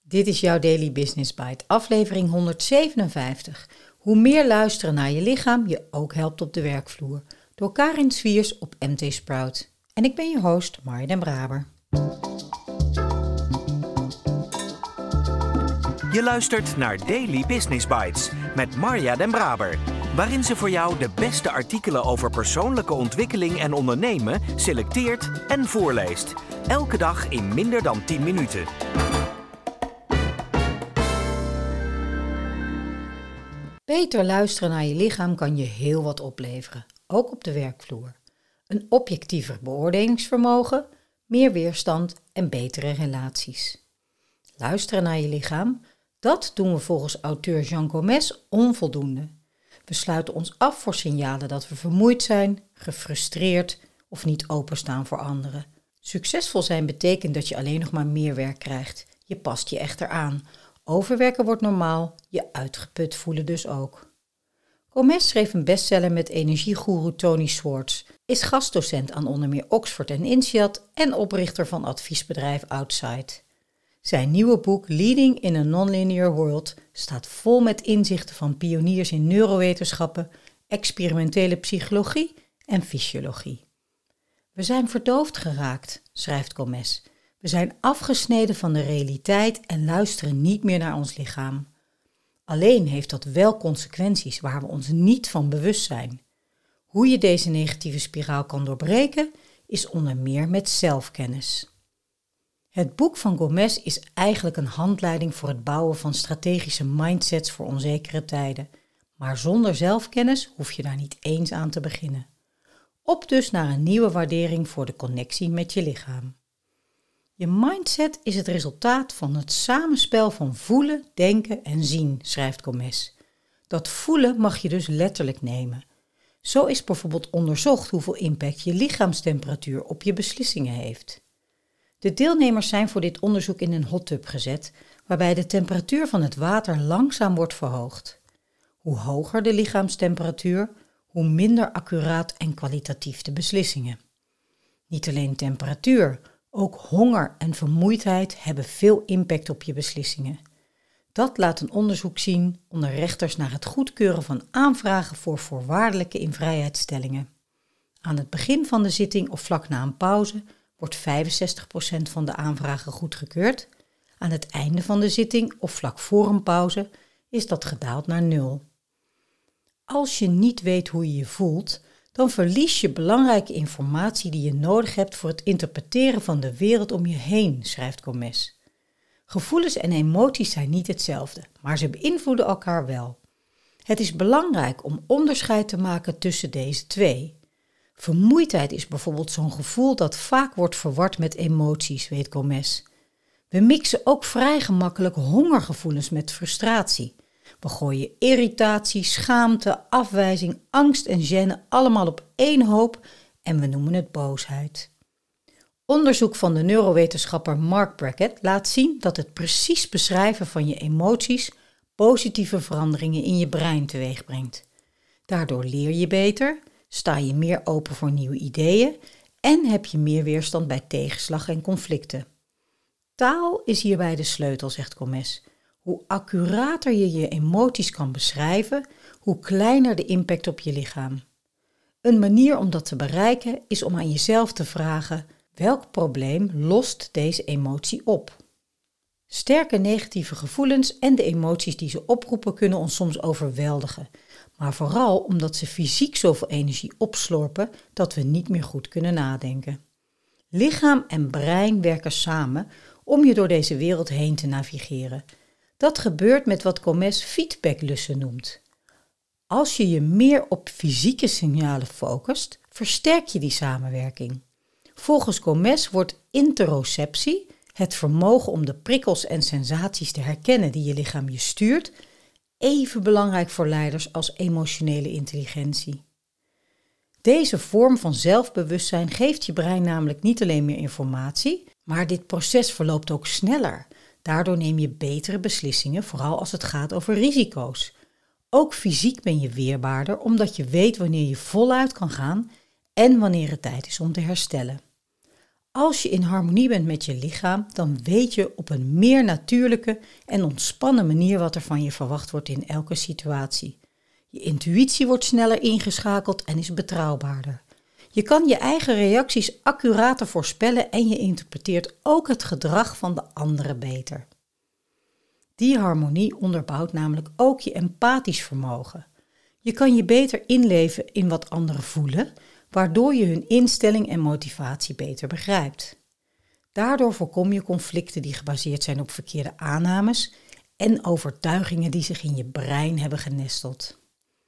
Dit is jouw Daily Business Bite, aflevering 157. Hoe meer luisteren naar je lichaam je ook helpt op de werkvloer. Door Karin Swiers op MT Sprout. En ik ben je host, Marja den Braber. Je luistert naar Daily Business Bites met Marja den Braber. Waarin ze voor jou de beste artikelen over persoonlijke ontwikkeling en ondernemen selecteert en voorleest. Elke dag in minder dan 10 minuten. Beter luisteren naar je lichaam kan je heel wat opleveren, ook op de werkvloer. Een objectiever beoordelingsvermogen, meer weerstand en betere relaties. Luisteren naar je lichaam, dat doen we volgens auteur Jean Gomez onvoldoende. We sluiten ons af voor signalen dat we vermoeid zijn, gefrustreerd of niet openstaan voor anderen. Succesvol zijn betekent dat je alleen nog maar meer werk krijgt. Je past je echter aan. Overwerken wordt normaal, je uitgeput voelen dus ook. Gomez schreef een bestseller met energiegoeroe Tony Schwartz, is gastdocent aan onder meer Oxford en INSEAD en oprichter van adviesbedrijf Outside. Zijn nieuwe boek Leading in a Non-Linear World staat vol met inzichten van pioniers in neurowetenschappen, experimentele psychologie en fysiologie. We zijn verdoofd geraakt, schrijft Gomez. We zijn afgesneden van de realiteit en luisteren niet meer naar ons lichaam. Alleen heeft dat wel consequenties waar we ons niet van bewust zijn. Hoe je deze negatieve spiraal kan doorbreken, is onder meer met zelfkennis. Het boek van Gomez is eigenlijk een handleiding voor het bouwen van strategische mindsets voor onzekere tijden. Maar zonder zelfkennis hoef je daar niet eens aan te beginnen. Op dus naar een nieuwe waardering voor de connectie met je lichaam. Je mindset is het resultaat van het samenspel van voelen, denken en zien, schrijft Gomez. Dat voelen mag je dus letterlijk nemen. Zo is bijvoorbeeld onderzocht hoeveel impact je lichaamstemperatuur op je beslissingen heeft. De deelnemers zijn voor dit onderzoek in een hot tub gezet, waarbij de temperatuur van het water langzaam wordt verhoogd. Hoe hoger de lichaamstemperatuur, hoe minder accuraat en kwalitatief de beslissingen. Niet alleen temperatuur, ook honger en vermoeidheid hebben veel impact op je beslissingen. Dat laat een onderzoek zien onder rechters naar het goedkeuren van aanvragen voor voorwaardelijke invrijheidstellingen. Aan het begin van de zitting of vlak na een pauze wordt 65% van de aanvragen goedgekeurd. Aan het einde van de zitting of vlak voor een pauze is dat gedaald naar 0. Als je niet weet hoe je je voelt, dan verlies je belangrijke informatie die je nodig hebt voor het interpreteren van de wereld om je heen, schrijft Gomez. Gevoelens en emoties zijn niet hetzelfde, maar ze beïnvloeden elkaar wel. Het is belangrijk om onderscheid te maken tussen deze twee. Vermoeidheid is bijvoorbeeld zo'n gevoel dat vaak wordt verward met emoties, weet Gomez. We mixen ook vrij gemakkelijk hongergevoelens met frustratie. We gooien irritatie, schaamte, afwijzing, angst en gêne allemaal op één hoop en we noemen het boosheid. Onderzoek van de neurowetenschapper Mark Brackett laat zien dat het precies beschrijven van je emoties positieve veranderingen in je brein teweegbrengt. Daardoor leer je beter, sta je meer open voor nieuwe ideeën en heb je meer weerstand bij tegenslag en conflicten. Taal is hierbij de sleutel, zegt Gomez. Hoe accurater je je emoties kan beschrijven, hoe kleiner de impact op je lichaam. Een manier om dat te bereiken is om aan jezelf te vragen: welk probleem lost deze emotie op? Sterke negatieve gevoelens en de emoties die ze oproepen kunnen ons soms overweldigen, maar vooral omdat ze fysiek zoveel energie opslorpen dat we niet meer goed kunnen nadenken. Lichaam en brein werken samen om je door deze wereld heen te navigeren. Dat gebeurt met wat Gomez feedbacklussen noemt. Als je je meer op fysieke signalen focust, versterk je die samenwerking. Volgens Gomez wordt interoceptie, het vermogen om de prikkels en sensaties te herkennen die je lichaam je stuurt, even belangrijk voor leiders als emotionele intelligentie. Deze vorm van zelfbewustzijn geeft je brein namelijk niet alleen meer informatie, maar dit proces verloopt ook sneller. Daardoor neem je betere beslissingen, vooral als het gaat over risico's. Ook fysiek ben je weerbaarder, omdat je weet wanneer je voluit kan gaan en wanneer het tijd is om te herstellen. Als je in harmonie bent met je lichaam, dan weet je op een meer natuurlijke en ontspannen manier wat er van je verwacht wordt in elke situatie. Je intuïtie wordt sneller ingeschakeld en is betrouwbaarder. Je kan je eigen reacties accurater voorspellen en je interpreteert ook het gedrag van de anderen beter. Die harmonie onderbouwt namelijk ook je empathisch vermogen. Je kan je beter inleven in wat anderen voelen, waardoor je hun instelling en motivatie beter begrijpt. Daardoor voorkom je conflicten die gebaseerd zijn op verkeerde aannames en overtuigingen die zich in je brein hebben genesteld.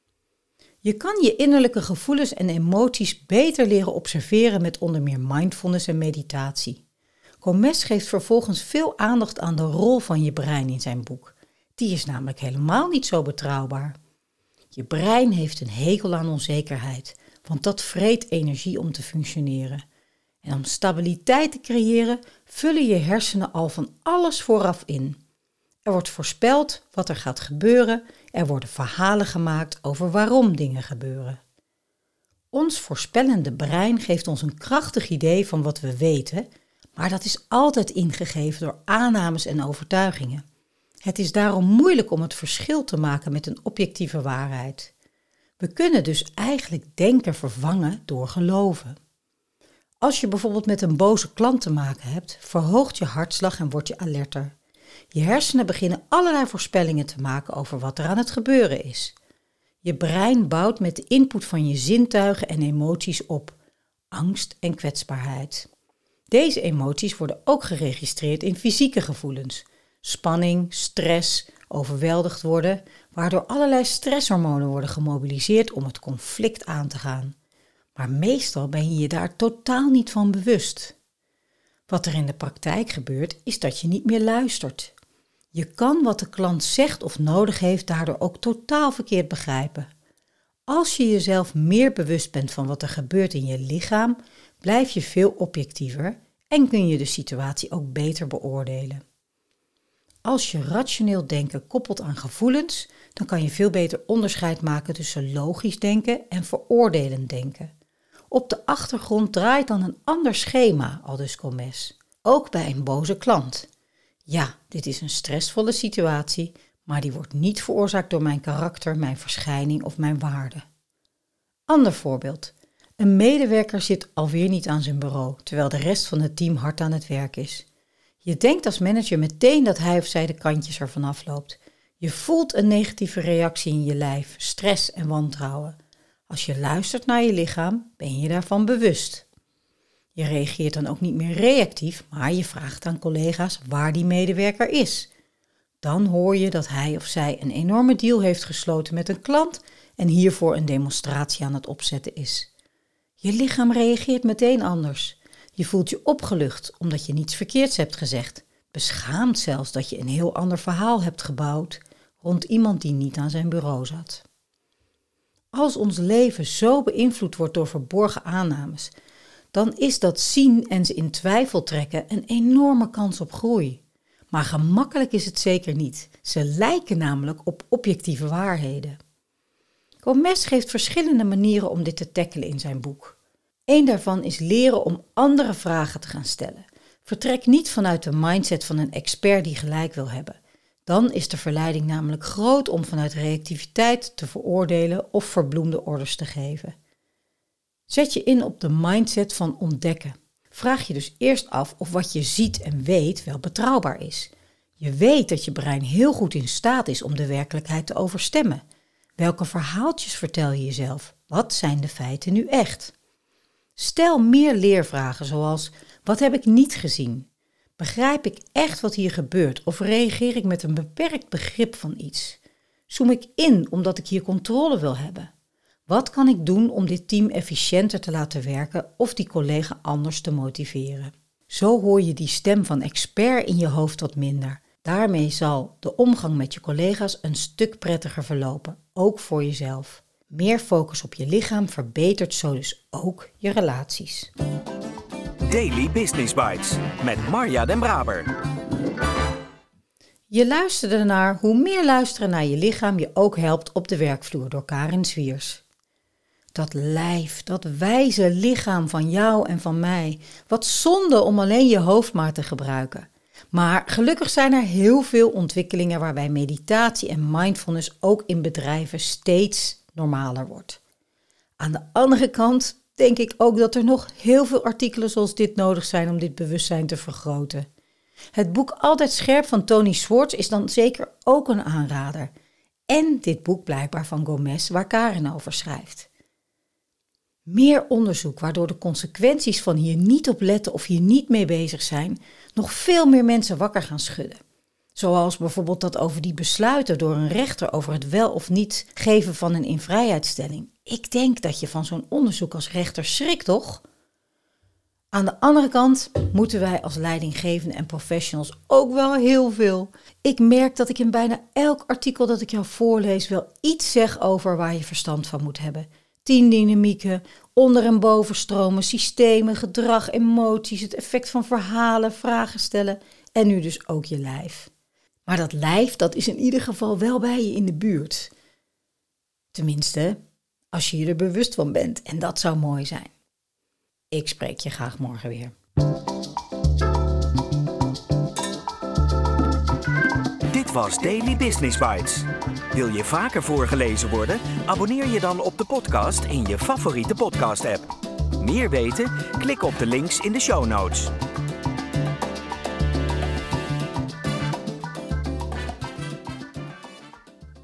Je kan je innerlijke gevoelens en emoties beter leren observeren met onder meer mindfulness en meditatie. Gomez geeft vervolgens veel aandacht aan de rol van je brein in zijn boek. Die is namelijk helemaal niet zo betrouwbaar. Je brein heeft een hekel aan onzekerheid, want dat vreet energie om te functioneren. En om stabiliteit te creëren, vullen je hersenen al van alles vooraf in. Er wordt voorspeld wat er gaat gebeuren, er worden verhalen gemaakt over waarom dingen gebeuren. Ons voorspellende brein geeft ons een krachtig idee van wat we weten, maar dat is altijd ingegeven door aannames en overtuigingen. Het is daarom moeilijk om het verschil te maken met een objectieve waarheid. We kunnen dus eigenlijk denken vervangen door geloven. Als je bijvoorbeeld met een boze klant te maken hebt, verhoogt je hartslag en word je alerter. Je hersenen beginnen allerlei voorspellingen te maken over wat er aan het gebeuren is. Je brein bouwt met de input van je zintuigen en emoties op, angst en kwetsbaarheid. Deze emoties worden ook geregistreerd in fysieke gevoelens. Spanning, stress, overweldigd worden, waardoor allerlei stresshormonen worden gemobiliseerd om het conflict aan te gaan. Maar meestal ben je je daar totaal niet van bewust. Wat er in de praktijk gebeurt, is dat je niet meer luistert. Je kan wat de klant zegt of nodig heeft daardoor ook totaal verkeerd begrijpen. Als je jezelf meer bewust bent van wat er gebeurt in je lichaam, blijf je veel objectiever en kun je de situatie ook beter beoordelen. Als je rationeel denken koppelt aan gevoelens, dan kan je veel beter onderscheid maken tussen logisch denken en veroordelend denken. Op de achtergrond draait dan een ander schema, aldus Gomez. Ook bij een boze klant. Ja, dit is een stressvolle situatie, maar die wordt niet veroorzaakt door mijn karakter, mijn verschijning of mijn waarde. Ander voorbeeld. Een medewerker zit alweer niet aan zijn bureau, terwijl de rest van het team hard aan het werk is. Je denkt als manager meteen dat hij of zij de kantjes ervan afloopt. Je voelt een negatieve reactie in je lijf, stress en wantrouwen. Als je luistert naar je lichaam, ben je daarvan bewust. Je reageert dan ook niet meer reactief, maar je vraagt aan collega's waar die medewerker is. Dan hoor je dat hij of zij een enorme deal heeft gesloten met een klant en hiervoor een demonstratie aan het opzetten is. Je lichaam reageert meteen anders. Je voelt je opgelucht omdat je niets verkeerds hebt gezegd. Beschaamd zelfs dat je een heel ander verhaal hebt gebouwd rond iemand die niet aan zijn bureau zat. Als ons leven zo beïnvloed wordt door verborgen aannames, dan is dat zien en ze in twijfel trekken een enorme kans op groei. Maar gemakkelijk is het zeker niet. Ze lijken namelijk op objectieve waarheden. Gomez geeft verschillende manieren om dit te tackelen in zijn boek. Eén daarvan is leren om andere vragen te gaan stellen. Vertrek niet vanuit de mindset van een expert die gelijk wil hebben. Dan is de verleiding namelijk groot om vanuit reactiviteit te veroordelen of verbloemde orders te geven. Zet je in op de mindset van ontdekken. Vraag je dus eerst af of wat je ziet en weet wel betrouwbaar is. Je weet dat je brein heel goed in staat is om de werkelijkheid te overstemmen. Welke verhaaltjes vertel je jezelf? Wat zijn de feiten nu echt? Stel meer leervragen zoals: wat heb ik niet gezien? Begrijp ik echt wat hier gebeurt of reageer ik met een beperkt begrip van iets? Zoom ik in omdat ik hier controle wil hebben? Wat kan ik doen om dit team efficiënter te laten werken of die collega anders te motiveren? Zo hoor je die stem van expert in je hoofd wat minder. Daarmee zal de omgang met je collega's een stuk prettiger verlopen, ook voor jezelf. Meer focus op je lichaam verbetert zo dus ook je relaties. Daily Business Bites met Marja den Braber. Je luisterde naar Hoe meer luisteren naar je lichaam je ook helpt op de werkvloer door Karin Zwiers. Dat lijf, dat wijze lichaam van jou en van mij. Wat zonde om alleen je hoofd maar te gebruiken. Maar gelukkig zijn er heel veel ontwikkelingen waarbij meditatie en mindfulness ook in bedrijven steeds normaler wordt. Aan de andere kant denk ik ook dat er nog heel veel artikelen zoals dit nodig zijn om dit bewustzijn te vergroten. Het boek Altijd Scherp van Tony Schwartz is dan zeker ook een aanrader. En dit boek blijkbaar van Gomez waar Karen over schrijft. Meer onderzoek waardoor de consequenties van hier niet op letten of hier niet mee bezig zijn, nog veel meer mensen wakker gaan schudden. Zoals bijvoorbeeld dat over die besluiten door een rechter over het wel of niet geven van een invrijheidstelling. Ik denk dat je van zo'n onderzoek als rechter schrikt, toch? Aan de andere kant moeten wij als leidinggevenden en professionals ook wel heel veel. Ik merk dat ik in bijna elk artikel dat ik jou voorlees wel iets zeg over waar je verstand van moet hebben. Teamdynamieken, onder- en bovenstromen, systemen, gedrag, emoties, het effect van verhalen, vragen stellen en nu dus ook je lijf. Maar dat lijf, dat is in ieder geval wel bij je in de buurt. Tenminste, als je je er bewust van bent en dat zou mooi zijn. Ik spreek je graag morgen weer. Dit was Daily Business Bites. Wil je vaker voorgelezen worden? Abonneer je dan op de podcast in je favoriete podcast-app. Meer weten? Klik op de links in de show notes.